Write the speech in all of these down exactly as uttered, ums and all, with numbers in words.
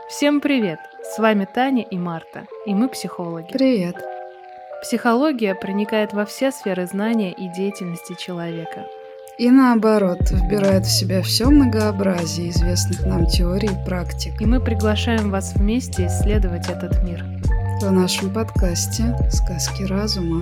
Всем привет! С вами Таня и Марта, и мы психологи. Привет! Психология проникает во все сферы знания и деятельности человека. И наоборот, вбирает в себя все многообразие известных нам теорий и практик. И мы приглашаем вас вместе исследовать этот мир. В нашем подкасте «Сказки разума».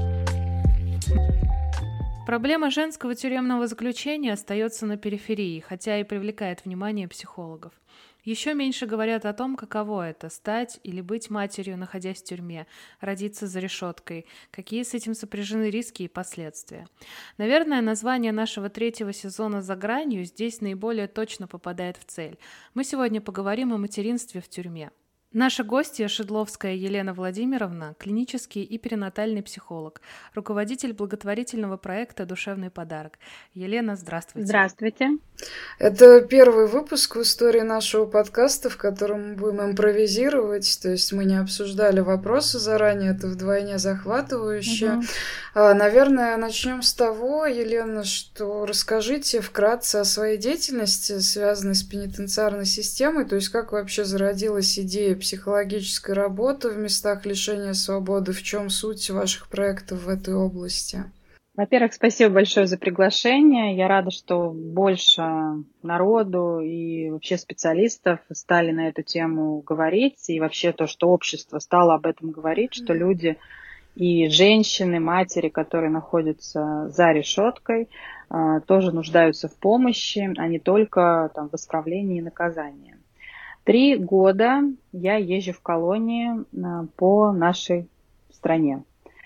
Проблема женского тюремного заключения остается на периферии, хотя и привлекает внимание психологов. Еще меньше говорят о том, каково это – стать или быть матерью, находясь в тюрьме, родиться за решеткой, какие с этим сопряжены риски и последствия. Наверное, название нашего третьего сезона «За гранью» здесь наиболее точно попадает в цель. Мы сегодня поговорим о материнстве в тюрьме. Наша гостья Шедловская Елена Владимировна, клинический и перинатальный психолог, руководитель благотворительного проекта «Душевный подарок». Елена, здравствуйте. Здравствуйте. Это первый выпуск в истории нашего подкаста, в котором мы будем импровизировать, то есть мы не обсуждали вопросы заранее, это вдвойне захватывающе. Угу. А, наверное, начнем с того, Елена, что расскажите вкратце о своей деятельности, связанной с пенитенциарной системой, то есть как вообще зародилась идея психологической работы в местах лишения свободы, в чем суть ваших проектов в этой области? Во-первых, спасибо большое за приглашение. Я рада, что больше народу и вообще специалистов стали на эту тему говорить. И вообще то, что общество стало об этом говорить, что люди и женщины, матери, которые находятся за решеткой, тоже нуждаются в помощи, а не только там, в исправлении и наказании. Три года я езжу в колонии по нашей стране.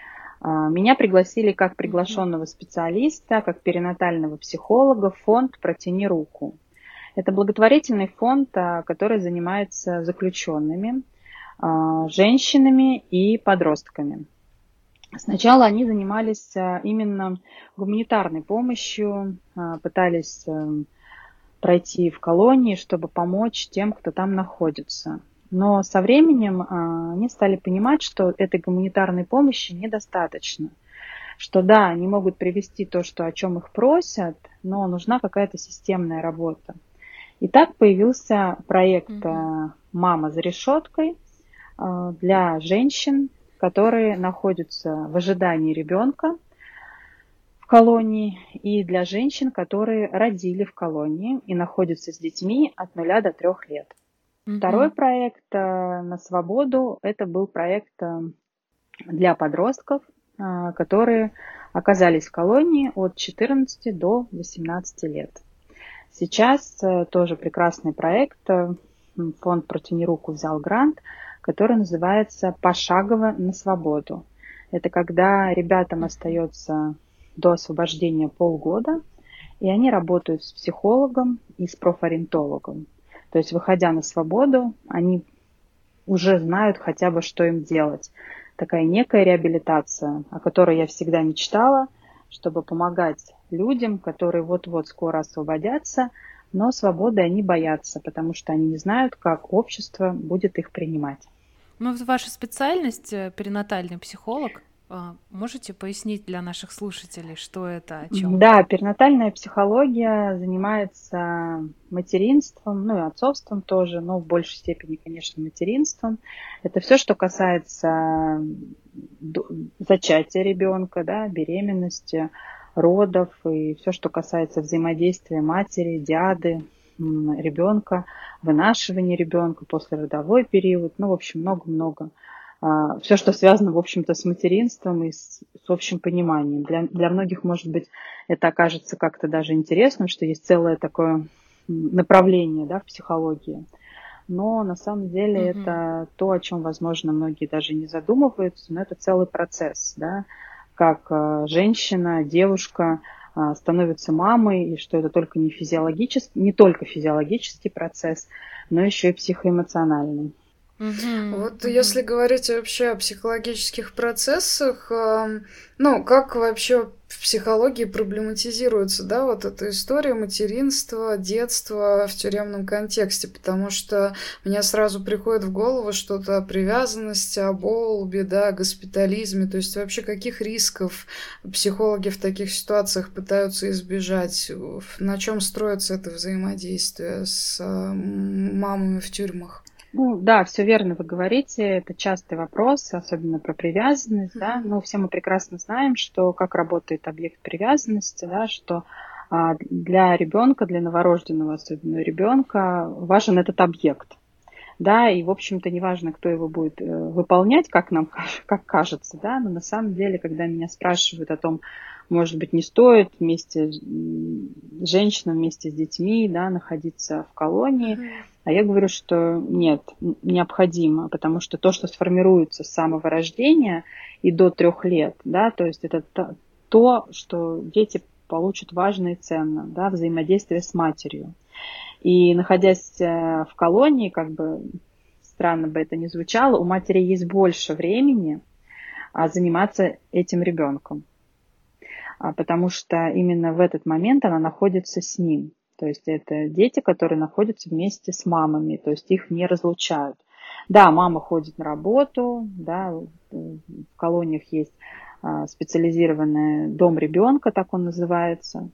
Меня пригласили как приглашенного специалиста, как перинатального психолога в фонд «Протяни руку». Это благотворительный фонд, который занимается заключенными, женщинами и подростками. Сначала они занимались именно гуманитарной помощью, пытались пройти в колонии, чтобы помочь тем, кто там находится. Но со временем они стали понимать, что этой гуманитарной помощи недостаточно. Что да, они могут привести то, что, о чем их просят, но нужна какая-то системная работа. И так появился проект «Мама за решеткой» для женщин, которые находятся в ожидании ребенка в колонии, и для женщин, которые родили в колонии и находятся с детьми от нуля до трех лет. Mm-hmm. Второй проект «На свободу» – это был проект для подростков, которые оказались в колонии от четырнадцати до восемнадцати лет. Сейчас тоже прекрасный проект. Фонд «Протяни руку» взял грант, который называется «Пошагово на свободу». Это когда ребятам остается до освобождения полгода, и они работают с психологом и с профориентологом. То есть, выходя на свободу, они уже знают хотя бы, что им делать. Такая некая реабилитация, о которой я всегда мечтала, чтобы помогать людям, которые вот-вот скоро освободятся, но свободы они боятся, потому что они не знают, как общество будет их принимать. Ну, ваша специальность перинатальный психолог. Можете пояснить для наших слушателей, что это, о чем? Да, перинатальная психология занимается материнством, ну и отцовством тоже, но в большей степени, конечно, материнством. Это все, что касается зачатия ребенка, да, беременности, родов и все, что касается взаимодействия матери, дяды, ребенка, вынашивания ребенка, послеродовой период, ну, в общем, много-много. Все, что связано, в общем-то, с материнством и с, с общим пониманием. Для, для многих, может быть, это окажется как-то даже интересным, что есть целое такое направление, да, в психологии. Но на самом деле mm-hmm. это то, о чем, возможно, многие даже не задумываются, но это целый процесс, да, как женщина, девушка становится мамой, и что это только не физиологический, не только физиологический процесс, но еще и психоэмоциональный. Угу, вот угу. Если говорить вообще о психологических процессах, ну, как вообще в психологии проблематизируется, да, вот эта история материнства, детства в тюремном контексте, потому что мне сразу приходит в голову что-то о привязанности, о болбе, да, о госпитализме, то есть вообще каких рисков психологи в таких ситуациях пытаются избежать, на чем строится это взаимодействие с мамами в тюрьмах? Ну да, все верно вы говорите, это частый вопрос, особенно про привязанность, да, но все мы прекрасно знаем, что как работает объект привязанности, да, что а, для ребенка, для новорожденного, особенно ребенка, важен этот объект. Да, и, в общем-то, неважно, кто его будет э, выполнять, как нам как кажется, да, но на самом деле, когда меня спрашивают о том, может быть, не стоит вместе с женщинам, вместе с детьми, да, находиться в колонии, mm-hmm. а я говорю, что нет, необходимо, потому что то, что сформируется с самого рождения и до трех лет, да, то есть это то, что дети получат важно и ценно, да, взаимодействие с матерью. И находясь в колонии, как бы странно бы это ни звучало, у матери есть больше времени заниматься этим ребенком, потому что именно в этот момент она находится с ним. То есть это дети, которые находятся вместе с мамами, то есть их не разлучают. Да, мама ходит на работу, да, в колониях есть специализированный дом ребенка, так он называется,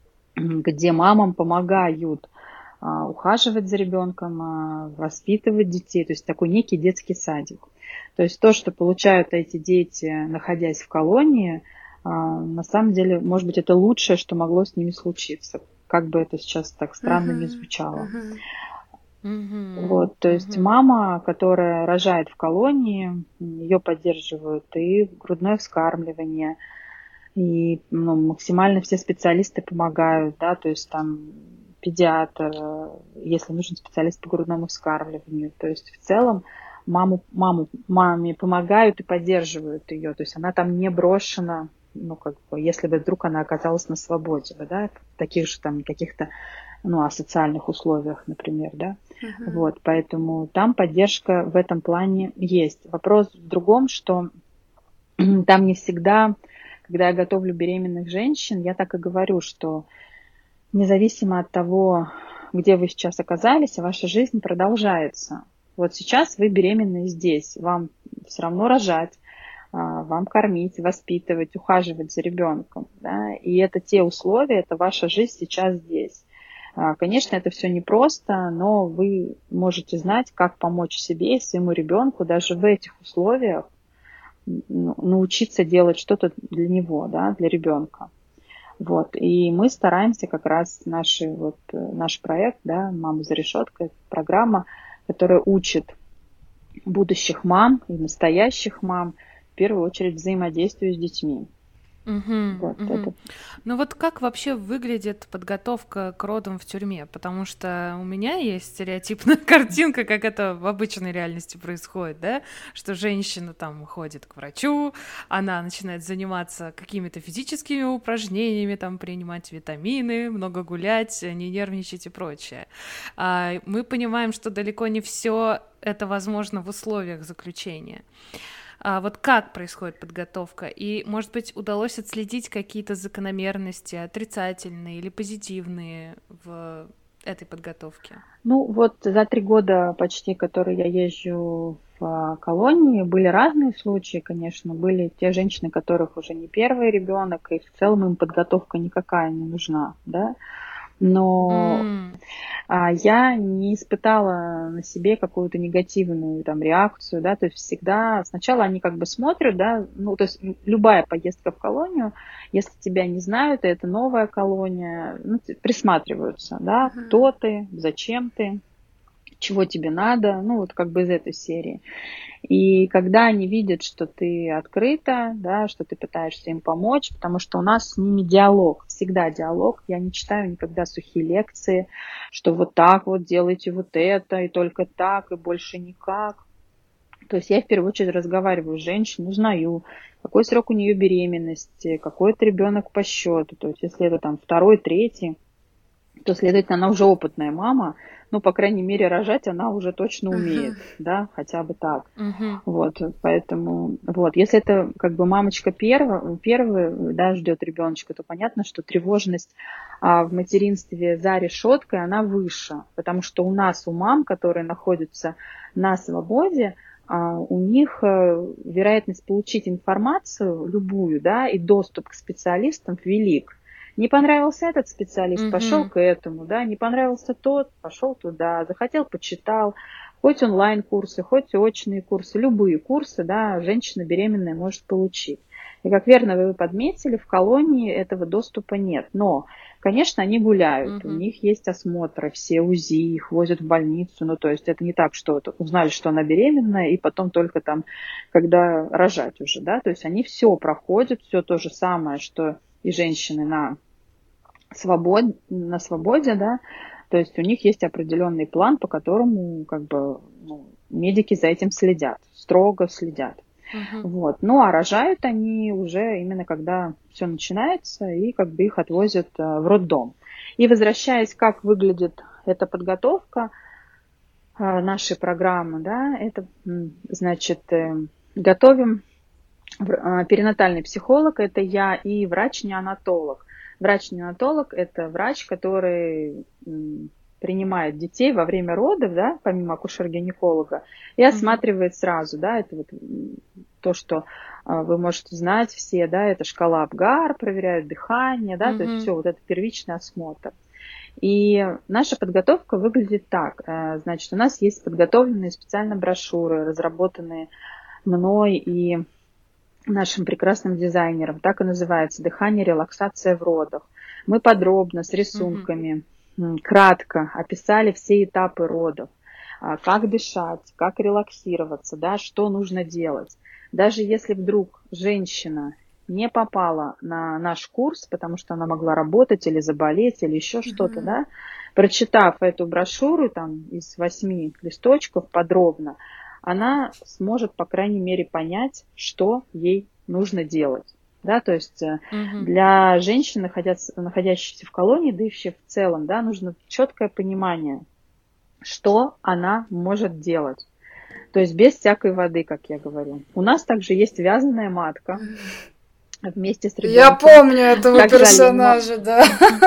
где мамам помогают ухаживать за ребенком, воспитывать детей, то есть такой некий детский садик. То есть то, что получают эти дети, находясь в колонии, на самом деле, может быть, это лучшее, что могло с ними случиться, как бы это сейчас так странно uh-huh, не звучало. Uh-huh. Uh-huh, вот, то есть uh-huh. мама, которая рожает в колонии, ее поддерживают и грудное вскармливание, и ну, максимально все специалисты помогают, да, то есть там педиатр, если нужен специалист по грудному вскармливанию. То есть в целом маму, маму, маме помогают и поддерживают ее. То есть она там не брошена, ну, как бы, если бы вдруг она оказалась на свободе, да, в таких же там каких-то, ну, асоциальных условиях, например, да. Uh-huh. Вот, поэтому там поддержка в этом плане есть. Вопрос в другом, что там не всегда, когда я готовлю беременных женщин, я так и говорю, что независимо от того, где вы сейчас оказались, ваша жизнь продолжается. Вот сейчас вы беременны здесь, вам все равно рожать, вам кормить, воспитывать, ухаживать за ребенком. Да? И это те условия, это ваша жизнь сейчас здесь. Конечно, это все непросто, но вы можете знать, как помочь себе и своему ребенку даже в этих условиях научиться делать что-то для него, да, для ребенка. Вот. И мы стараемся как раз, наши, вот, наш проект, да, «Мама за решеткой», программа, которая учит будущих мам и настоящих мам в первую очередь взаимодействию с детьми. Угу, вот угу. Это... Ну вот как вообще выглядит подготовка к родам в тюрьме? Потому что у меня есть стереотипная картинка, как это в обычной реальности происходит, да? Что женщина там ходит к врачу, она начинает заниматься какими-то физическими упражнениями, там принимать витамины, много гулять, не нервничать и прочее. А мы понимаем, что далеко не все это возможно в условиях заключения. А вот как происходит подготовка? И, может быть, удалось отследить какие-то закономерности, отрицательные или позитивные в этой подготовке? Ну, вот за три года почти, которые я езжу в колонии, были разные случаи, конечно. Были те женщины, у которых уже не первый ребенок, и в целом им подготовка никакая не нужна, да. Но mm. а, я не испытала на себе какую-то негативную там реакцию, да, то есть всегда сначала они как бы смотрят, да, ну, то есть любая поездка в колонию, если тебя не знают, и это новая колония, ну, присматриваются, да, mm. кто ты, зачем ты, чего тебе надо, ну, вот как бы из этой серии. И когда они видят, что ты открыта, да, что ты пытаешься им помочь, потому что у нас с ними диалог, всегда диалог. Я не читаю никогда сухие лекции, что вот так вот делайте вот это, и только так, и больше никак. То есть я в первую очередь разговариваю с женщиной, узнаю, какой срок у нее беременности, какой это ребенок по счету. То есть если это там второй, третий, то, следовательно, она уже опытная мама, ну, по крайней мере, рожать она уже точно умеет, uh-huh. да, хотя бы так. Uh-huh. Вот, поэтому, вот, если это как бы мамочка первая, первая, да, ждет ребеночка, то понятно, что тревожность а, в материнстве за решеткой, она выше, потому что у нас, у мам, которые находятся на свободе, а, у них а, вероятность получить информацию любую, да, и доступ к специалистам велик. Не понравился этот специалист, mm-hmm. пошел к этому, да, не понравился тот, пошел туда, захотел, почитал, Хоть онлайн-курсы, хоть очные курсы, любые курсы, да, женщина беременная может получить. И как верно вы подметили, в колонии этого доступа нет. Но, конечно, они гуляют, Мгм. у них есть осмотры, все УЗИ, их возят в больницу. Ну, то есть это не так, что вот узнали, что она беременная, и потом только там, когда рожать уже, да. То есть они все проходят, все то же самое, что и женщины на свободе, на свободе, да. То есть у них есть определенный план, по которому как бы ну, медики за этим следят, строго следят. Мгм. Вот. Ну, а рожают они уже именно когда все начинается, и как бы их отвозят э, в роддом. И возвращаясь, как выглядит эта подготовка э, нашей программы, да, это, м, значит, э, готовим в- э, перинатальный психолог, это я, и врач-неонатолог. Врач-неонатолог – это врач, который м, принимает детей во время родов, да, помимо акушер-гинеколога, и Мгм. осматривает сразу, да, это вот м, то, что а, вы можете знать все, да, это шкала Апгар, проверяют дыхание, да, то есть Мгм. все, вот это первичный осмотр. И наша подготовка выглядит так, э, значит, у нас есть подготовленные специально брошюры, разработанные мной и нашим прекрасным дизайнером, так и называется «Дыхание, релаксация в родах». Мы подробно, с Мгм. рисунками, м, кратко описали все этапы родов, а, как дышать, как релаксироваться, да, что нужно делать. Даже если вдруг женщина не попала на наш курс, потому что она могла работать или заболеть, или еще что-то, Мгм. да, прочитав эту брошюру там, из восьми листочков подробно, она сможет, по крайней мере, понять, что ей нужно делать. Да, то есть э, Мгм. для женщин, находясь- находящихся в колонии, да и вообще в целом, да, нужно четкое понимание, что она может делать. То есть без всякой воды, как я говорю. У нас также есть вязаная матка вместе с Я ребенком. помню этого Как жаль, я не могу. персонажа, да.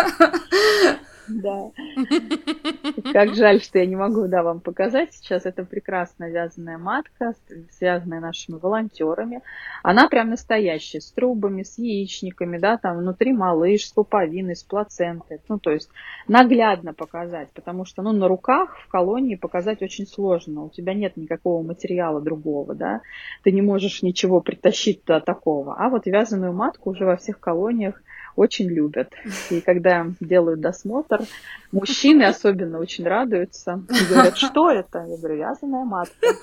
Да. Как жаль, что я не могу, да, вам показать сейчас. Это прекрасная вязаная матка, связанная нашими волонтерами. Она прям настоящая, с трубами, с яичниками, да, там внутри малыш, с пуповиной, с плацентой. Ну, то есть наглядно показать, потому что, ну, на руках в колонии показать очень сложно. У тебя нет никакого материала другого, да. Ты не можешь ничего притащить до такого. А вот вязаную матку уже во всех колониях очень любят. И когда делают досмотр, мужчины особенно очень радуются и говорят, что это? Я говорю, вязаная матка.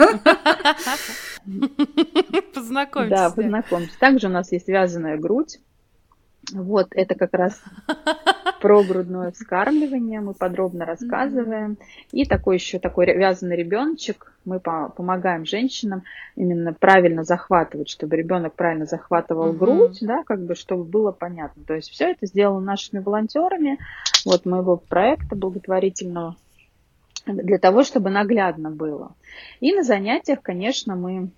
Да, Познакомьтесь, да. познакомьтесь. Также у нас есть вязаная грудь. Вот, это как раз про грудное вскармливание мы подробно рассказываем. И такой еще такой вязаный ребеночек. Мы по- помогаем женщинам именно правильно захватывать, чтобы ребенок правильно захватывал Мгм. грудь, да, как бы, чтобы было понятно. То есть все это сделано нашими волонтерами, вот моего проекта благотворительного, для того, чтобы наглядно было. И на занятиях, конечно, мы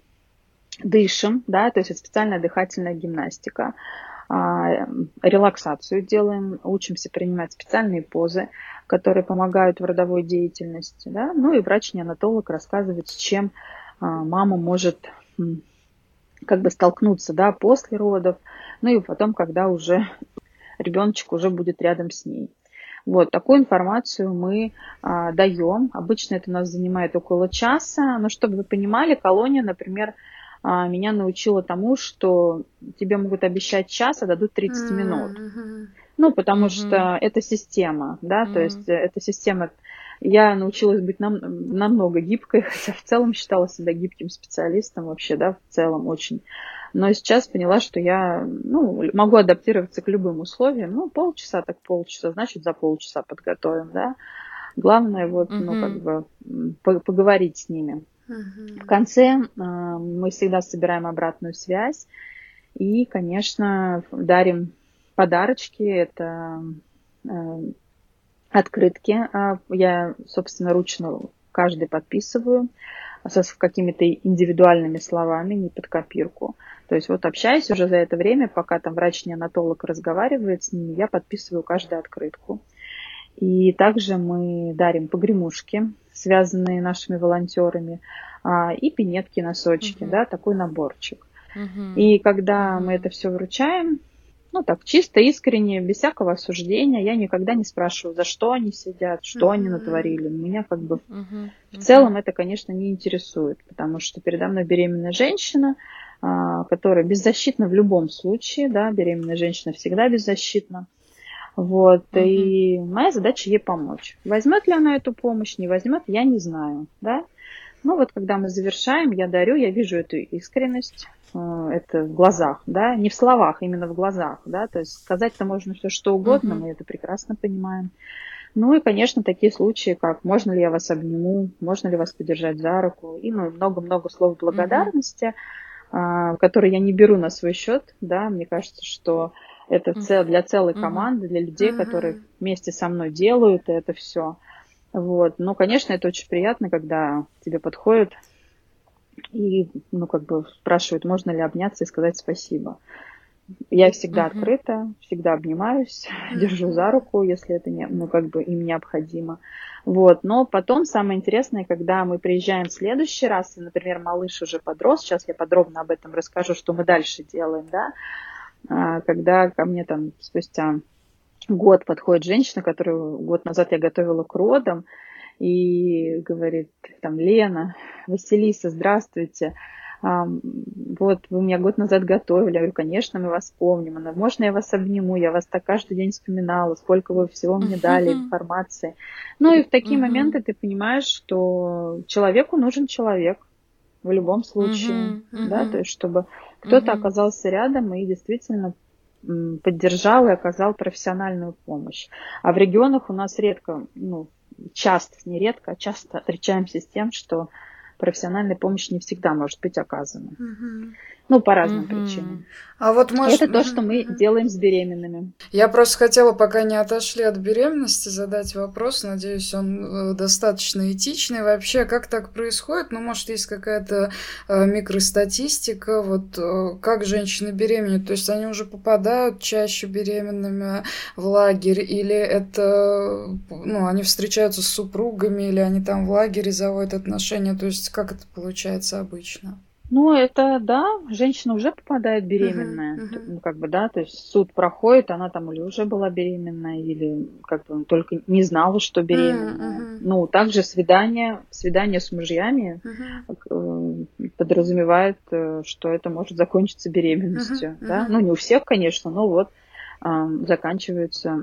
дышим, да, то есть это специальная дыхательная гимнастика, а, релаксацию делаем, учимся принимать специальные позы, которые помогают в родовой деятельности, да, ну и врач-неонатолог рассказывает, с чем а, мама может м, как бы столкнуться, да, после родов, ну и потом, когда уже ребеночек уже будет рядом с ней. Вот такую информацию мы а, даем. Обычно это у нас занимает около часа. Но чтобы вы понимали, колония, например, а, меня научила тому, что тебе могут обещать час, а дадут тридцать минут. Мгм. Ну, потому Мгм. что это система, да, то Мгм. есть э, это система. Я научилась быть нам, намного гибкой, хотя в целом считала себя гибким специалистом вообще, да, в целом очень. Но сейчас поняла, что я, ну, могу адаптироваться к любым условиям. Ну, полчаса так полчаса, значит, за полчаса подготовим, да. Главное, вот, ну, как Мгм. бы м, по- поговорить с ними. В Мгм. конце э, мы всегда собираем обратную связь и, конечно, дарим подарочки. Это э, открытки. А, Я, собственно, ручно каждый подписываю со с какими-то индивидуальными словами, не под копирку. То есть вот общаюсь уже за это время, пока там врач-неонатолог разговаривает с ними, я подписываю каждую открытку. И также мы дарим погремушки, связанные нашими волонтерами, а, и пинетки, носочки, Мгм. да, такой наборчик. Мгм. И когда мы это Мгм. все вручаем, ну так, чисто, искренне, без всякого осуждения. Я никогда не спрашиваю, за что они сидят, что mm-hmm. они натворили. Меня как бы mm-hmm. в целом это, конечно, не интересует, потому что передо мной беременная женщина, которая беззащитна в любом случае, да, беременная женщина всегда беззащитна. Вот, mm-hmm. и моя задача ей помочь. Возьмет ли она эту помощь, не возьмет, я не знаю, да. Ну вот, когда мы завершаем, я дарю, я вижу эту искренность, это в глазах, да, не в словах, именно в глазах, да, то есть сказать-то можно все что угодно, mm-hmm. мы это прекрасно понимаем. Ну и, конечно, такие случаи, как можно ли я вас обниму, можно ли вас подержать за руку, и ну, много-много слов благодарности, mm-hmm. которые я не беру на свой счет, да, мне кажется, что это цел, для целой команды, для людей, mm-hmm. которые вместе со мной делают это все. Вот. Но, конечно, это очень приятно, когда тебе подходят и, ну, как бы спрашивают, можно ли обняться и сказать спасибо. Я всегда mm-hmm. открыта, всегда обнимаюсь, mm-hmm. держу за руку, если это не, ну, как бы им необходимо. Вот. Но потом самое интересное, когда мы приезжаем в следующий раз, и, например, малыш уже подрос, сейчас я подробно об этом расскажу, что мы дальше делаем, да, когда ко мне там спустя год подходит женщина, которую год назад я готовила к родам, и говорит, там, Лена, Василиса, здравствуйте, вот вы меня год назад готовили. Я говорю, конечно, мы вас помним. Она, можно я вас обниму? Я вас так каждый день вспоминала, сколько вы всего мне дали информации. Ну и в такие uh-huh. моменты ты понимаешь, что человеку нужен человек в любом случае, uh-huh. Uh-huh. да, то есть чтобы кто-то uh-huh. оказался рядом и действительно поддержал и оказал профессиональную помощь. А в регионах у нас редко, ну, часто, не редко, а часто встречаемся с тем, что профессиональная помощь не всегда может быть оказана. Угу. Ну, по разным угу. причинам. А вот может... Это то, что мы угу. делаем с беременными. Я просто хотела, пока не отошли от беременности, задать вопрос. Надеюсь, он достаточно этичный. Вообще, как так происходит? Ну, может, есть какая-то э, микростатистика, вот э, как женщины беременеют? То есть они уже попадают чаще беременными в лагерь? Или это, ну, они встречаются с супругами, или они там в лагере заводят отношения? То есть как это получается обычно? Ну, это, да, женщина уже попадает беременная, uh-huh, uh-huh. ну, как бы, да, то есть суд проходит, она там или уже была беременная, или как бы только не знала, что беременная. Uh-huh, uh-huh. Ну, также свидание, свидание с мужьями uh-huh. подразумевает, что это может закончиться беременностью, uh-huh, uh-huh. да, ну, не у всех, конечно, но вот заканчивается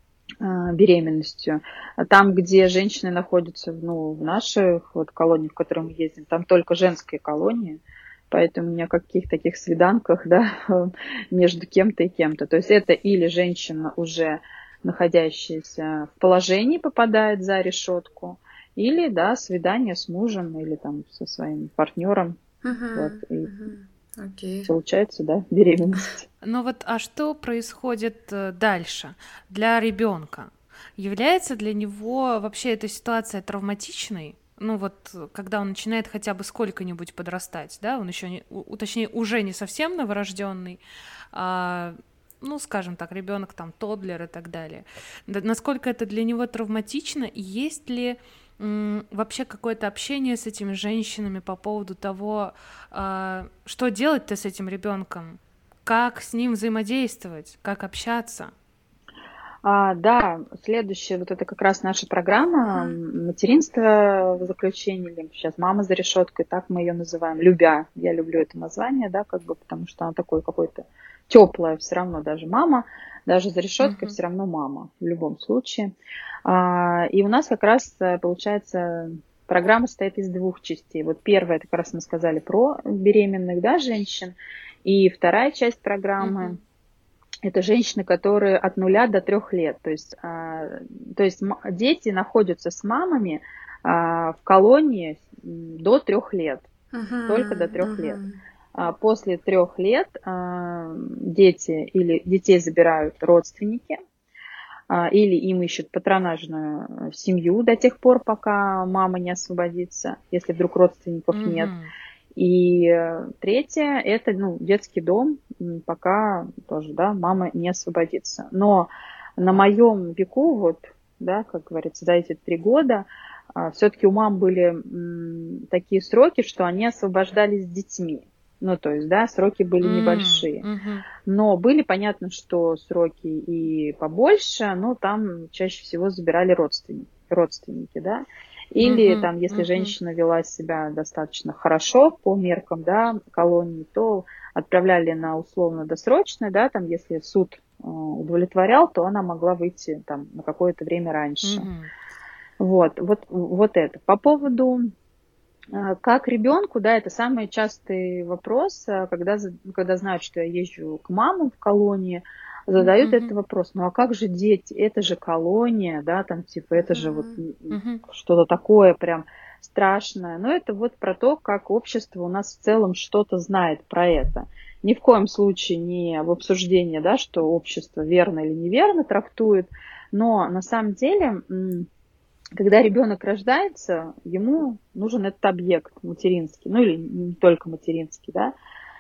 беременностью. Там, где женщины находятся, ну, в наших вот колониях, в которые мы ездим, там только женские колонии, поэтому ни о каких таких свиданках, да, между кем-то и кем-то. То есть это или женщина, уже находящаяся в положении, попадает за решетку, или, да, свидание с мужем или там со своим партнером. Uh-huh, вот, и uh-huh. Okay. Получается, да, беременность. Ну вот, а что происходит дальше для ребенка? Является для него вообще эта ситуация травматичной? Ну вот, когда он начинает хотя бы сколько-нибудь подрастать, да, он еще не, у, точнее, уже не совсем новорожденный, а, ну, скажем так, ребенок там тоддлер и так далее. Да, насколько это для него травматично, и есть ли вообще какое-то общение с этими женщинами по поводу того, что делать-то с этим ребенком, как с ним взаимодействовать, как общаться? А, да, следующая, вот это как раз наша программа материнство в заключении, или сейчас мама за решеткой, так мы ее называем, любя, я люблю это название, да, как бы, потому что она такой какой-то теплая, все равно даже мама, даже за решеткой uh-huh. все равно мама в любом случае. А, и у нас как раз получается программа состоит из двух частей. Вот первая, это как раз мы сказали про беременных, да, женщин, и вторая часть программы uh-huh. это женщины, которые от нуля до трех лет. То есть, а, то есть дети находятся с мамами а, в колонии до трех лет, uh-huh. только до трех uh-huh. лет. После трех лет дети или детей забирают родственники, или им ищут патронажную семью до тех пор, пока мама не освободится, если вдруг родственников mm-hmm. нет. И третье – это, ну, детский дом, пока тоже, да, мама не освободится. Но на моем веку, вот, да, как говорится, за эти три года, все-таки у мам были такие сроки, что они освобождались с детьми. Ну, то есть, да, сроки были М, небольшие. мгм. Но были, понятно, что сроки и побольше, но там чаще всего забирали родственники, родственники, да. Или Мгм, там, если мгм. женщина вела себя достаточно хорошо по меркам, да, колонии, то отправляли на условно-досрочное, да, там, если суд э, удовлетворял, то она могла выйти там на какое-то время раньше. Мгм. Вот, вот, вот это. По поводу э, как ребенку, да, это самый частый вопрос, э, когда, за- когда знают, что я езжу к мамам в колонии, задают этот Мгм. вопрос, ну а как же дети, это же колония, да, там типа это же вот Мгм. м, м, Мгм. что-то такое прям страшное, но это вот про то, как общество у нас в целом что-то знает про это. Ни в коем случае не в обсуждении, да, что общество верно или неверно трактует, но на самом деле м, когда ребенок рождается, ему нужен этот объект материнский, ну или не только материнский, да.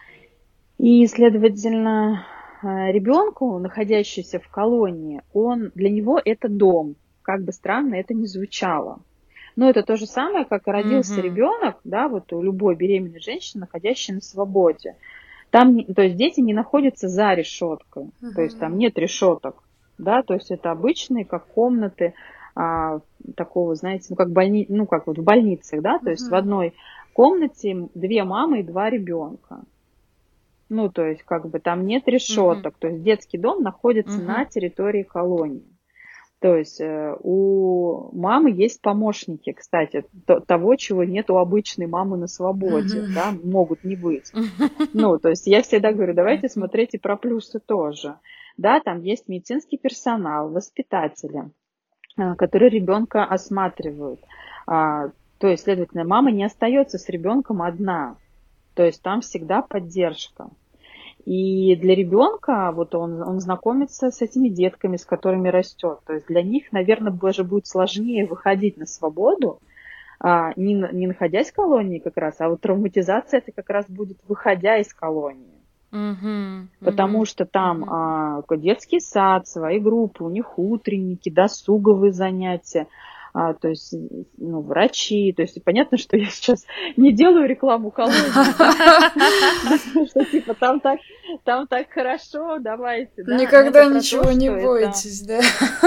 И, следовательно, э, ребенку, находящийся в колонии, он, для него это дом, как бы странно это ни звучало. Но это то же самое, как и родился Мгм. ребенок, да, вот у любой беременной женщины, находящей на свободе. Там, не- то есть дети не находятся за решеткой, то есть там Мгм. нет решеток, да, то есть это обычные, как комнаты, а, такого, знаете, ну как больни, ну как вот в больницах, да, то есть в Мгм. одной комнате две мамы и два ребенка. Ну, то есть как бы там нет Мгм. решеток, то есть детский дом находится на Мгм. территории колонии. То есть э, у мамы есть помощники, кстати, то- того, чего нет у обычной мамы на свободе, Мгм. да, могут не быть. Ну, то есть я всегда говорю, давайте Мгм. смотреть и про плюсы тоже. Да, там есть медицинский персонал, воспитатели, а, которые ребенка осматривают. А, То есть, следовательно, мама не остается с ребенком одна. То есть там всегда поддержка. И для ребенка вот он, он знакомится с этими детками, с которыми растет. То есть для них, наверное, даже будет сложнее выходить на свободу, а, не, на- не находясь в колонии как раз, а вот травматизация это как раз будет выходя из колонии. Мгм. Потому Мгм. что там Мгм. а, детский сад, свои группы, у них утренники, досуговые занятия, а, то есть ну, врачи. То есть понятно, что я сейчас не делаю рекламу колонии, да, что типа там так, там так хорошо, давайте, да, но это Никогда про то, ничего не что это, бойтесь, да?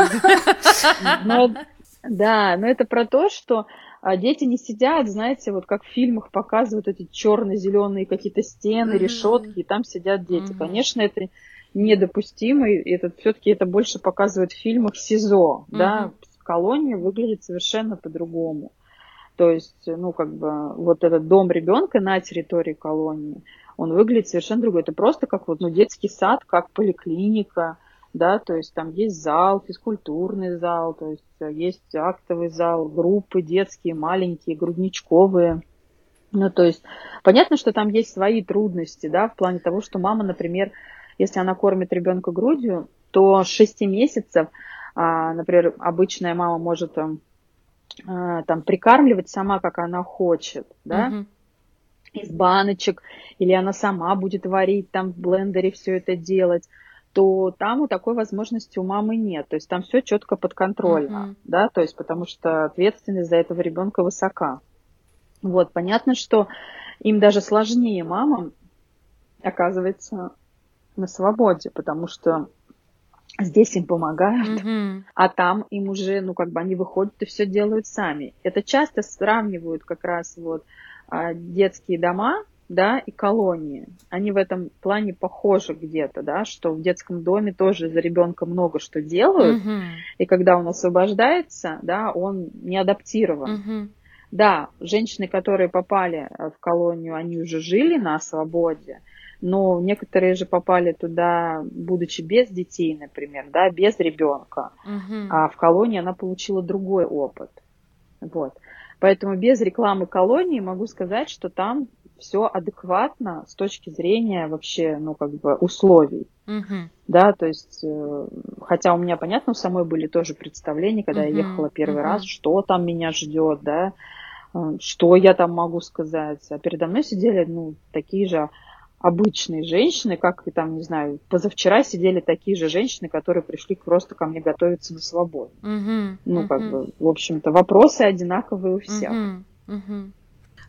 но, да, но это про то, что а, дети не сидят, знаете, вот как в фильмах показывают эти черно-зеленые какие-то стены, Мгм. решетки, и там сидят дети. Мгм. Конечно, это недопустимо, и это все-таки это больше показывают в фильмах СИЗО, да, Мгм. колония выглядит совершенно по-другому. То есть, ну, как бы, вот этот дом ребенка на территории колонии, он выглядит совершенно другой. Это просто как вот, ну, детский сад, как поликлиника, да, то есть там есть зал, физкультурный зал, то есть э, есть актовый зал, группы детские, маленькие, грудничковые. Ну, то есть понятно, что там есть свои трудности, да, в плане того, что мама, например, если она кормит ребенка грудью, то с шести месяцев, а, например, обычная мама может там а, там прикармливать сама, как она хочет, да, Мгм. из баночек, или она сама будет варить там в блендере все это делать, то там у такой возможности у мамы нет. То есть там все четко подконтрольно, Мгм. да, то есть потому что ответственность за этого ребенка высока. Вот, понятно, что им даже сложнее мамам оказывается на свободе, потому что здесь им помогают, Мгм. а там им уже, ну, как бы они выходят и все делают сами. Это часто сравнивают как раз вот а, детские дома, да, и колонии. Они в этом плане похожи где-то, да, что в детском доме тоже за ребенка много что делают, Мгм. и когда он освобождается, да, он не адаптирован. Мгм. Да, женщины, которые попали э, в колонию, они уже жили на свободе, но некоторые же попали туда, будучи без детей, например, да, без ребенка. Мгм. А в колонии она получила другой опыт. Вот. Поэтому без рекламы колонии могу сказать, что там все адекватно с точки зрения вообще, ну, как бы условий. Мгм. Да, то есть, э, хотя у меня, понятно, у самой были тоже представления, когда я ехала Мгм. первый раз, Мгм. что там меня ждет, да, э, что я там могу сказать. А передо мной сидели, ну, такие же обычные женщины, как и там, не знаю, позавчера сидели такие же женщины, которые пришли просто ко мне готовиться на свободу. Мгм. Ну, как Мгм. бы, в общем-то, вопросы одинаковые у всех. Мгм. Мгм.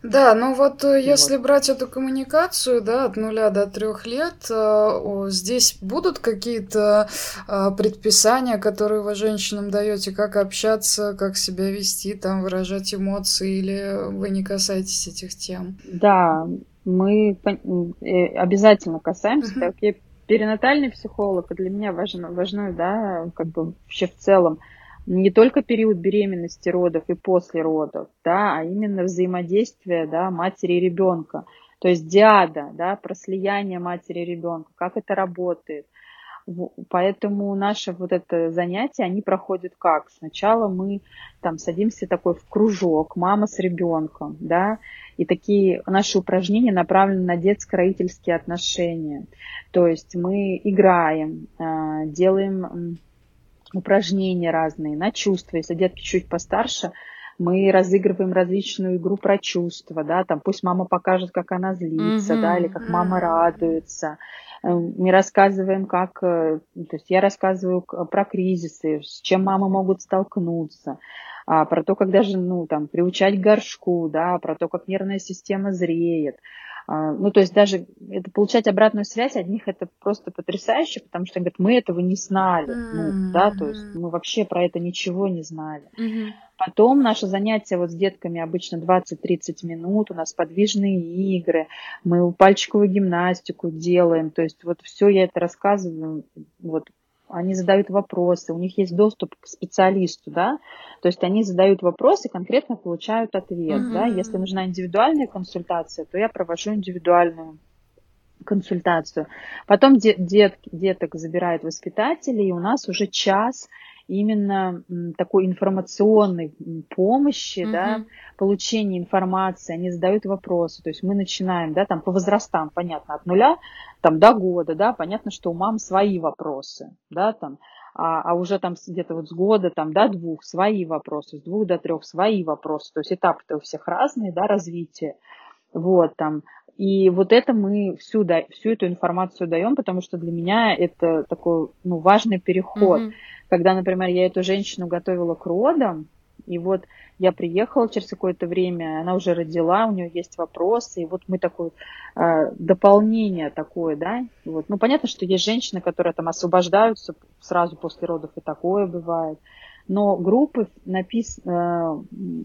Да, ну вот э, если Вот. брать эту коммуникацию, да, от нуля до трех лет, э, о, здесь будут какие-то э, предписания, которые вы женщинам даете, как общаться, как себя вести, там, выражать эмоции, или вы не касаетесь этих тем? Да, мы пон- э, обязательно касаемся, Мгм. так как я перинатальный психолог, и для меня важно, важно, да, как бы вообще в целом не только период беременности, родов и после родов, да, а именно взаимодействие, да, матери и ребенка. То есть диада, да, про слияние матери и ребенка, как это работает. Во- Поэтому наши вот это занятия, они проходят как? Сначала мы там садимся такой в кружок, мама с ребенком, да, и такие наши упражнения направлены на детско-родительские отношения. То есть мы играем, а, делаем м, упражнения разные на чувства. Если детки чуть постарше, мы разыгрываем различную игру про чувства, да, там пусть мама покажет, как она злится, да, или Мгм. как мама М. радуется. Э, Мы рассказываем, как, э, то есть я рассказываю к- про кризисы, с чем мамы могут столкнуться, а, про то, как даже, ну, там, приучать к горшку, да, про то, как нервная система зреет. А, Ну, то есть даже это, получать обратную связь от них это просто потрясающе, потому что они говорят, мы этого не знали, ну, да, то есть М. мы вообще про это ничего не знали. Мгм. Потом наши занятия вот с детками обычно двадцать-тридцать минут, у нас подвижные игры, мы пальчиковую гимнастику делаем, то есть вот все я это рассказываю, вот они задают вопросы, у них есть доступ к специалисту, да, то есть они задают вопросы, конкретно получают ответ, да, если Мгм. нужна индивидуальная консультация, то я провожу индивидуальную консультацию. Потом де- дет- деток забирают воспитатели, и у нас уже час именно м, такой информационной м, помощи, да, Мгм. получения информации, они задают вопросы, то есть мы начинаем, да, там по возрастам, понятно, от нуля там до года, да, понятно, что у мам свои вопросы, да, там, а, а уже там с- где-то вот с года там до двух свои вопросы, с двух до трех свои вопросы, то есть этапы-то у всех разные, да, развития. Вот там. И вот это мы всю, да, всю эту информацию даем, потому что для меня это такой, ну, важный переход. Мгм. Когда, например, я эту женщину готовила к родам, и вот я приехала через какое-то время, она уже родила, у нее есть вопросы, и вот мы такое э, дополнение такое, да, вот. Ну, понятно, что есть женщины, которые там освобождаются сразу после родов, и такое бывает. Но группы напис... э,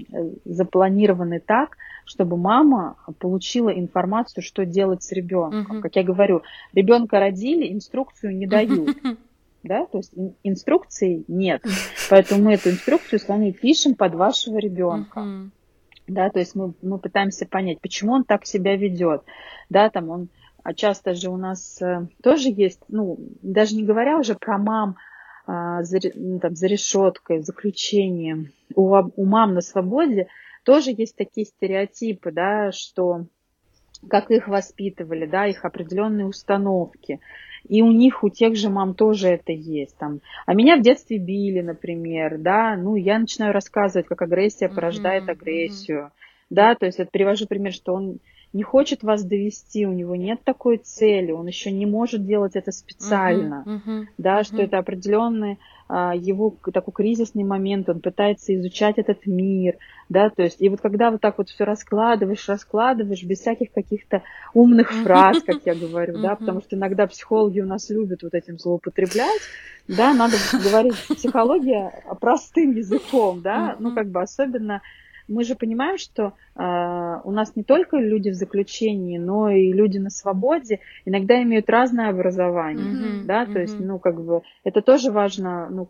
запланированы так, чтобы мама получила информацию, что делать с ребенком. Мгм. Как я говорю, ребенка родили, инструкцию не дают, Мгм. да, то есть ин- инструкции нет. Поэтому мы эту инструкцию с вами пишем под вашего ребенка. Мгм. Да, то есть мы, мы пытаемся понять, почему он так себя ведет. Да, там он, а часто же у нас э, тоже есть, ну, даже не говоря уже про мам а, за, ре- ну, там, за решеткой, в заключении, у, об- у мам на свободе тоже есть такие стереотипы, да, что как их воспитывали, да, их определенные установки. И у них, у тех же мам тоже это есть. Там. А меня в детстве били, например, да, ну, я начинаю рассказывать, как агрессия порождает Мгм. Мгм. агрессию, да, то есть вот привожу пример, что он не хочет вас довести, у него нет такой цели, он еще не может делать это Мгм. специально, Мгм. да, что Мгм. это определенный а, его к- такой кризисный момент, он пытается изучать этот мир, да, то есть, и вот когда вот так вот все раскладываешь, раскладываешь, без всяких каких-то умных фраз, как я говорю, да, потому Мгм. что иногда психологи у нас любят вот этим злоупотреблять, да, надо говорить психология простым языком, да, ну, Мгм. как бы особенно мы же понимаем, что э, у нас не только люди в заключении, но и люди на свободе иногда имеют разное образование, Мгм. да, то есть, Мгм. ну, как бы, это тоже важно, ну,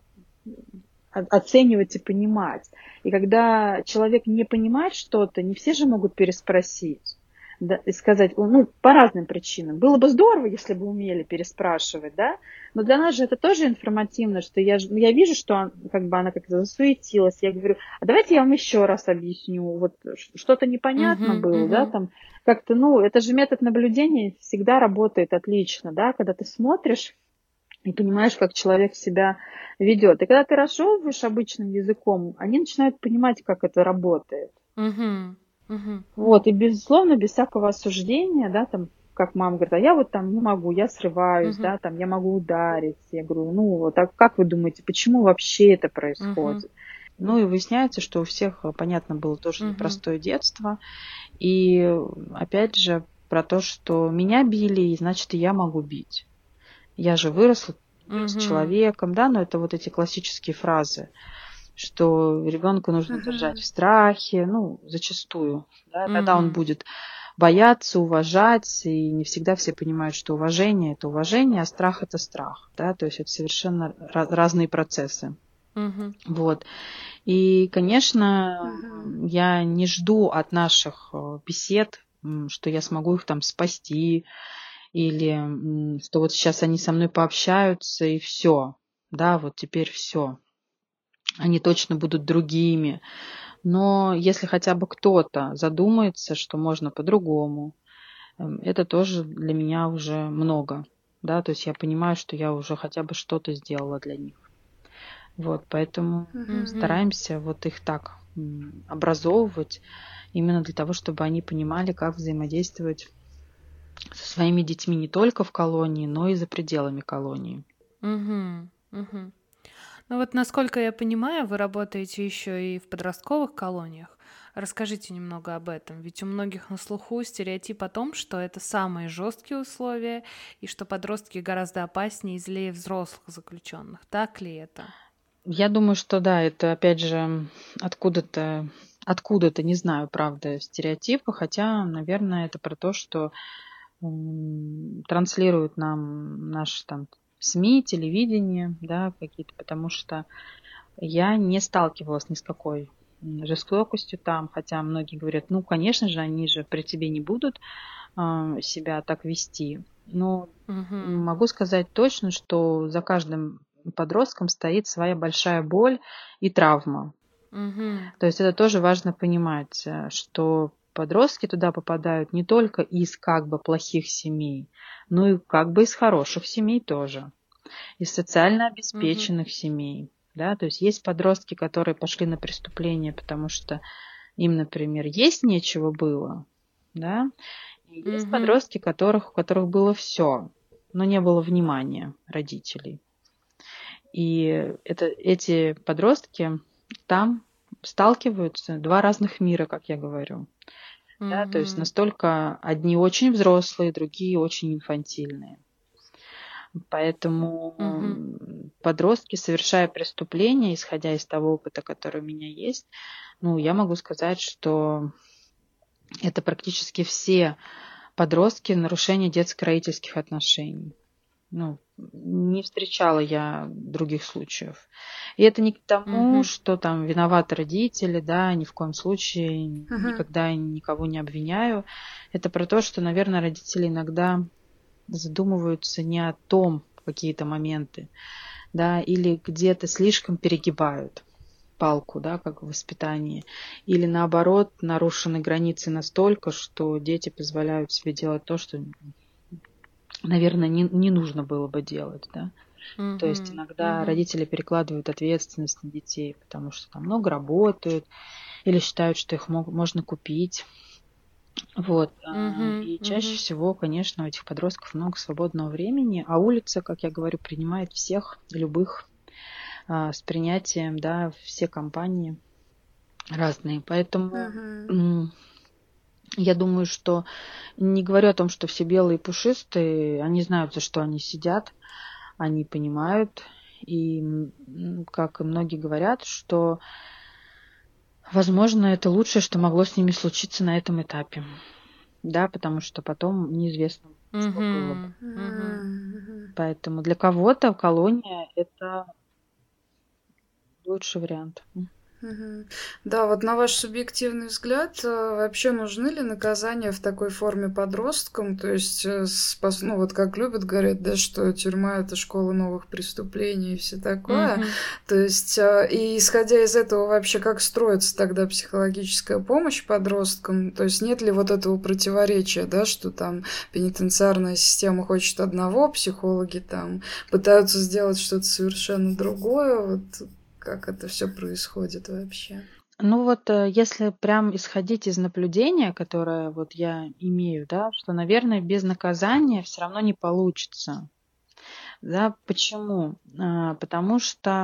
о- оценивать и понимать. И когда человек не понимает что-то, не все же могут переспросить, да, и сказать, ну, по разным причинам. Было бы здорово, если бы умели переспрашивать, да, но для нас же это тоже информативно, что я, ж- ну, я вижу, что он, как бы она как-то засуетилась, я говорю, а давайте я вам еще раз объясню, вот ш- что-то непонятно Мгм. было, да, Мгм. там, как-то, ну, это же метод наблюдения всегда работает отлично, да, когда ты смотришь и понимаешь, как человек себя ведет. И когда ты разжевываешь обычным языком, они начинают понимать, как это работает. Мгм. Мгм. Вот, и, безусловно, без всякого осуждения, да, там, как мама говорит, а я вот там не могу, я срываюсь, Мгм. да, там, я могу ударить. Я говорю, ну, вот, а как вы думаете, почему вообще это Мгм. происходит? Ну и выясняется, что у всех, понятно, было тоже Мгм. непростое детство. И опять же про то, что меня били, и значит, и я могу бить. Я же выросла, вырос Мгм. человеком, да, но это вот эти классические фразы, что ребенка нужно держать Мгм. в страхе, ну, зачастую, да, тогда он Мгм. будет бояться, уважать, и не всегда все понимают, что уважение – это уважение, а страх – это страх, да, то есть это совершенно ra- разные процессы. Мгм. Вот. И, конечно, Мгм. я не жду от наших э, бесед, м, что я смогу их там спасти, или м, что вот сейчас они со мной пообщаются, и все. Да, вот теперь все. Они точно будут другими. Но если хотя бы кто-то задумается, что можно по-другому, эм, это тоже для меня уже много. Да, то есть я понимаю, что я уже хотя бы что-то сделала для них. Вот, поэтому Мгм. Мгм. стараемся вот их так м, образовывать, именно для того, чтобы они понимали, как взаимодействовать со своими детьми не только в колонии, но и за пределами колонии. Мгм. Мгм. Ну вот, насколько я понимаю, вы работаете еще и в подростковых колониях. Расскажите немного об этом, ведь у многих на слуху стереотип о том, что это самые жесткие условия и что подростки гораздо опаснее и злее взрослых заключенных. Так ли это? Я думаю, что да, это опять же откуда-то, откуда-то, не знаю, правда, стереотипы, хотя, наверное, это про то, что м, транслируют нам наши там СМИ, телевидение, да, какие-то, потому что я не сталкивалась ни с какой м, жестокостью там, хотя многие говорят, ну, конечно же, они же при тебе не будут а, себя так вести. Но Угу. могу сказать точно, что за каждым подростком стоит своя большая боль и травма. Угу. То есть это тоже важно понимать, э, что подростки туда попадают не только из как бы плохих семей, но и как бы из хороших семей тоже, из социально Угу. обеспеченных семей. Да, то есть есть подростки, которые пошли на преступление, потому что им, например, есть нечего было, да, и есть Угу. подростки, которых, у которых было все, но не было внимания родителей. И это, эти подростки там сталкиваются два разных мира, как я говорю. Да, то есть Угу. настолько одни очень взрослые, другие очень инфантильные. Поэтому Угу. м, подростки, совершая преступления, исходя из того опыта, который у меня есть, ну, я могу сказать, что это практически все подростки нарушения детско-родительских отношений. Ну, не встречала я других случаев. И это не к тому, Угу. что там виноваты родители, да, ни в коем случае Мгм. никогда никого не обвиняю. Это про то, что, наверное, родители иногда задумываются не о том в какие-то моменты, да, или где-то слишком перегибают палку, да, как в воспитании, или наоборот нарушены границы настолько, что дети позволяют себе делать то, что, наверное, не, не нужно было бы делать, да. То есть Угу. иногда Угу. родители перекладывают ответственность на детей, потому что там много работают или считают, что их мог, можно купить. Вот. а, Угу. И чаще Угу. всего, конечно, у этих подростков много свободного времени, а улица, как я говорю, принимает всех, любых, а, с принятием, да, все компании разные. Поэтому Мгм. м, я думаю, что не говорю о том, что все белые и пушистые, они знают, за что они сидят, они понимают. И, м, как и многие говорят, что, возможно, это лучшее, что могло с ними случиться на этом этапе. Да, потому что потом неизвестно, что было бы. Угу. Угу. Мгм. Поэтому для кого-то колония – это лучший вариант. Мгм. Да, вот на ваш субъективный взгляд, э, вообще нужны ли наказания в такой форме подросткам? То есть, э, с пос- ну вот как любят говорить, да, что тюрьма это школа новых преступлений и все такое. Угу. То есть, э, и исходя из этого вообще, как строится тогда психологическая помощь подросткам? То есть, нет ли вот этого противоречия, да, что там пенитенциарная система хочет одного, психологи там пытаются сделать что-то совершенно другое? Вот как это все происходит вообще? Ну вот, э, если прям исходить из наблюдения, которое вот я имею, да, что, наверное, без наказания все равно не получится. Да, почему? А, Потому что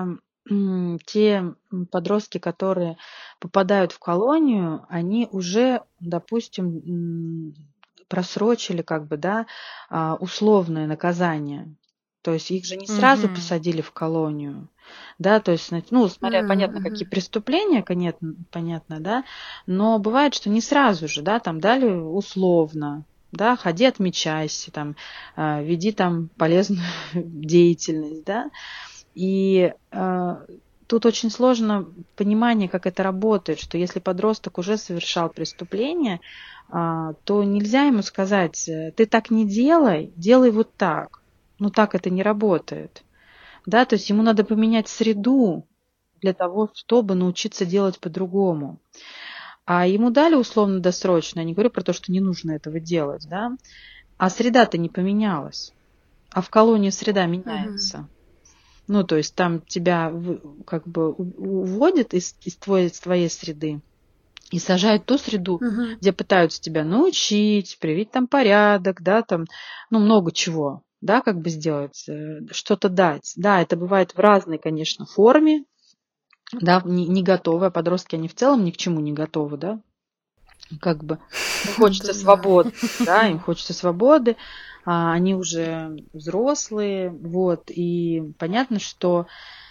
те подростки, которые попадают в колонию, они уже, допустим, просрочили как бы, да, условное наказание. То есть их же не сразу Мгм. посадили в колонию, да, то есть, ну, смотря, понятно, какие Мгм. преступления, понятно, понятно, да, но бывает, что не сразу же, да, там дали условно, да, ходи, отмечайся, там, э, веди там полезную деятельность, да, и э, тут очень сложно понимание, как это работает, что если подросток уже совершал преступление, а, то нельзя ему сказать, э, ты так не делай, делай вот так. Ну так это не работает. Да, то есть ему надо поменять среду для того, чтобы научиться делать по-другому. А ему дали условно-досрочно, я не говорю про то, что не нужно этого делать, да, а среда-то не поменялась. А в колонии среда Мгм. меняется. Ну, то есть там тебя в- как бы у- уводят из, из твоей, из твоей среды и сажают в ту среду, Мгм. где пытаются тебя научить, привить там порядок, да, там, ну, много чего, да, как бы сделать, э, что-то дать. Да, это бывает в разной, конечно, форме, да, не, не готовы, а подростки, они в целом ни к чему не готовы, да, как бы им хочется Это да. свободы, да, им хочется свободы, а они уже взрослые, вот, и понятно, что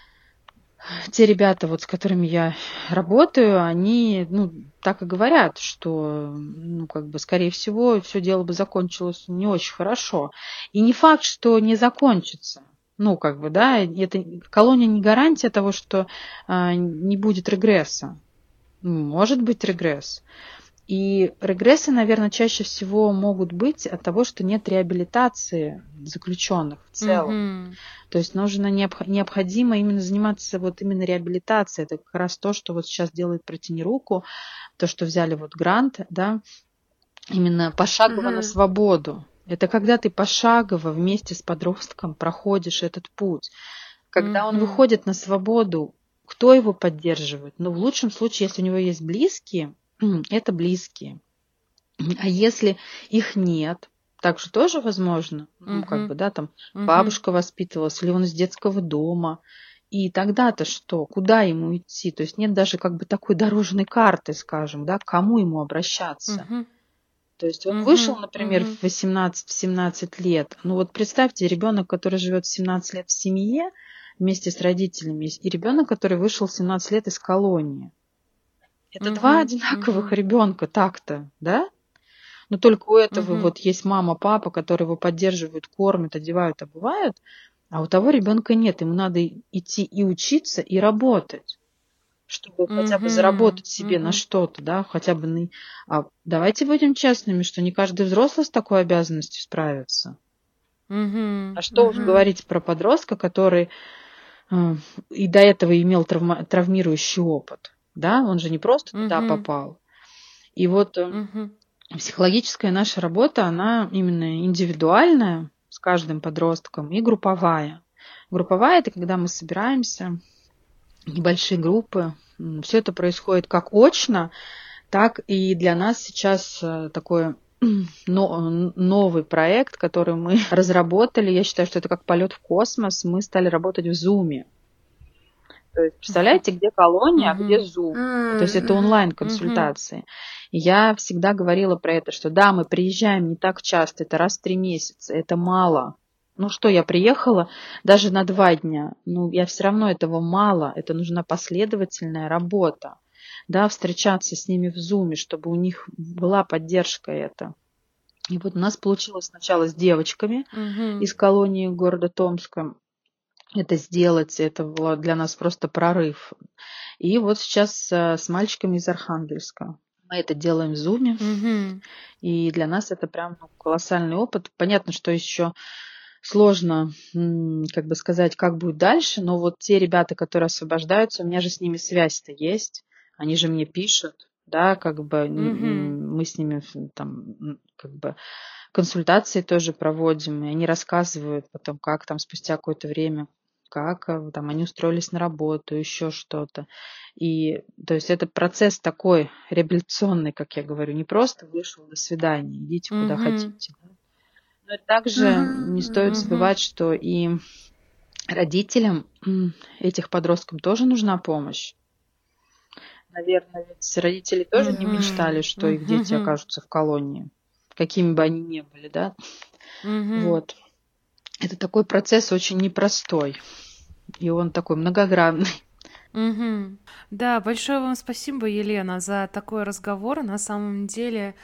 те ребята, вот с которыми я работаю, они, ну, так и говорят, что, ну, как бы, скорее всего, все дело бы закончилось не очень хорошо. И не факт, что не закончится. Ну, как бы, да, это колония не гарантия того, что а, не будет регресса. Может быть регресс. И регрессы, наверное, чаще всего могут быть от того, что нет реабилитации заключенных в целом. Мгм. То есть нужно необх- необходимо именно заниматься вот именно реабилитацией. Это как раз то, что вот сейчас делает «Протяни руку», то, что взяли вот грант, да, именно пошагово на Мгм. свободу. Это когда ты пошагово вместе с подростком проходишь этот путь. Когда он Мгм. выходит на свободу, кто его поддерживает? Ну, в лучшем случае, если у него есть близкие, это близкие. А если их нет, так же тоже возможно, ну, как Мгм. бы, да, там Мгм. бабушка воспитывалась, или он из детского дома. И тогда-то что? Куда ему идти? То есть нет даже как бы такой дорожной карты, скажем, да, к кому ему обращаться. Мгм. То есть он вышел, Мгм. например, Мгм. в восемнадцать-семнадцать лет. Ну вот представьте, ребенок, который живет в семнадцать лет в семье вместе с родителями, и ребенок, который вышел в семнадцать лет из колонии. Это два Мгм. одинаковых Мгм. ребенка так-то, да? Но только у этого Мгм. вот есть мама, папа, которые его поддерживают, кормят, одевают, обувают, а у того ребенка нет. Ему надо идти и учиться, и работать, чтобы хотя бы Мгм. заработать себе на Мгм. что-то, да, хотя бы на... А давайте будем честными, что не каждый взрослый с такой обязанностью справится. А Мгм. что уж Мгм. говорить про подростка, который э, и до этого имел травма- травмирующий опыт, да, он же не просто туда Мгм. попал. И вот э, Мгм. психологическая наша работа, она именно индивидуальная с каждым подростком и групповая. Групповая – это когда мы собираемся, небольшие группы. Все это происходит как очно, так и для нас сейчас э, такой но- новый проект, который мы разработали. Я считаю, что это как полет в космос. Мы стали работать в Zoom. То есть, представляете, где колония, а где Мгм. Zoom? То есть это Мгм. Мгм. онлайн-консультации. И я всегда говорила про это, что да, мы приезжаем не так часто, это раз в три месяца, это мало. Ну что, я приехала даже на два дня, ну я все равно этого мало, это нужна последовательная работа. Да, встречаться с ними в Zoom, чтобы у них была поддержка эта. И вот у нас получилось сначала с девочками Мгм. из колонии города Томска это сделать, это было для нас просто прорыв. И вот сейчас э, с мальчиками из Архангельска. Мы это делаем в Zoom, Мгм. и для нас это прям ну, колоссальный опыт. Понятно, что еще сложно, м, как бы сказать, как будет дальше, но вот те ребята, которые освобождаются, у меня же с ними связь-то есть, они же мне пишут, да, как бы Мгм. м, мы с ними м, там, м, как бы консультации тоже проводим, и они рассказывают потом, как там спустя какое-то время, как э, там они устроились на работу, еще что-то. И то есть это процесс такой реабилитационный, как я говорю, не просто вышел, до свидания, идите куда Мгм. хотите. Да. Но также Мгм. не стоит Мгм. Мгм. забывать, что и родителям этих подросткам тоже нужна помощь. Наверное, ведь родители тоже mm-hmm. не мечтали, что их дети mm-hmm. окажутся в колонии, какими бы они ни были, да? Mm-hmm. Вот. Это такой процесс очень непростой, и он такой многогранный. Mm-hmm. Да, большое вам спасибо, Елена, за такой разговор. На самом деле,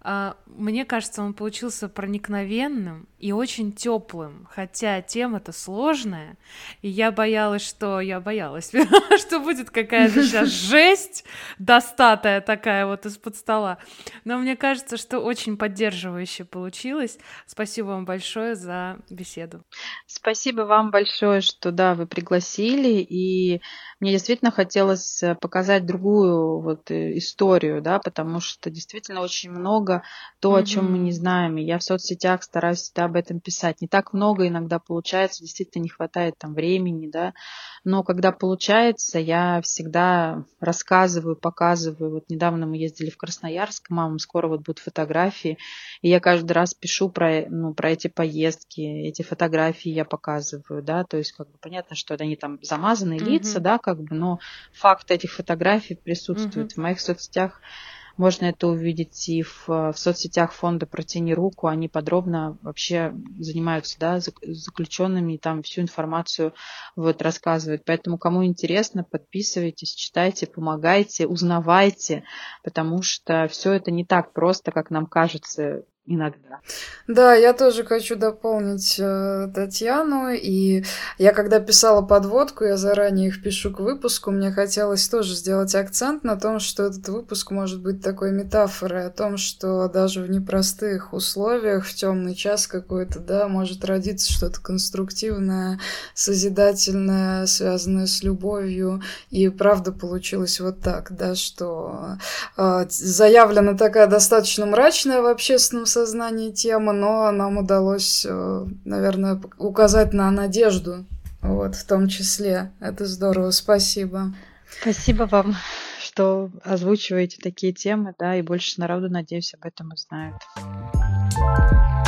мне кажется, он получился проникновенным и очень теплым, хотя тема-то сложная, и я боялась, что я боялась, что будет какая-то сейчас жесть достатая такая вот из-под стола. Но мне кажется, что очень поддерживающе получилось. Спасибо вам большое за беседу. Спасибо вам большое, что да, вы пригласили, и мне действительно хотелось показать другую вот историю, да, потому что действительно очень много то, о чем mm-hmm. мы не знаем. И я в соцсетях стараюсь всегда об этом писать. Не так много иногда получается, действительно не хватает там времени, да. Но когда получается, я всегда рассказываю, показываю. Вот недавно мы ездили в Красноярск, мама, скоро вот будут фотографии. И я каждый раз пишу про, ну, про эти поездки, эти фотографии я показываю, да. То есть, как бы понятно, что они там замазанные mm-hmm. лица, да, как бы, но факт этих фотографий присутствует mm-hmm. в моих соцсетях. Можно это увидеть и в, в соцсетях фонда «Протяни руку». Они подробно вообще занимаются, да, заключенными и там всю информацию вот рассказывают. Поэтому, кому интересно, подписывайтесь, читайте, помогайте, узнавайте, потому что все это не так просто, как нам кажется иногда. Да, я тоже хочу дополнить э, Татьяну, и я когда писала подводку, я заранее их пишу к выпуску, мне хотелось тоже сделать акцент на том, что этот выпуск может быть такой метафорой о том, что даже в непростых условиях, в темный час какой-то, да, может родиться что-то конструктивное, созидательное, связанное с любовью, и правда получилось вот так, да, что э, заявлена такая достаточно мрачная в общественном сознании тема, но нам удалось, наверное, указать на надежду, вот, в том числе. Это здорово, спасибо. Спасибо вам, что озвучиваете такие темы, да, и больше народу, надеюсь, об этом узнают.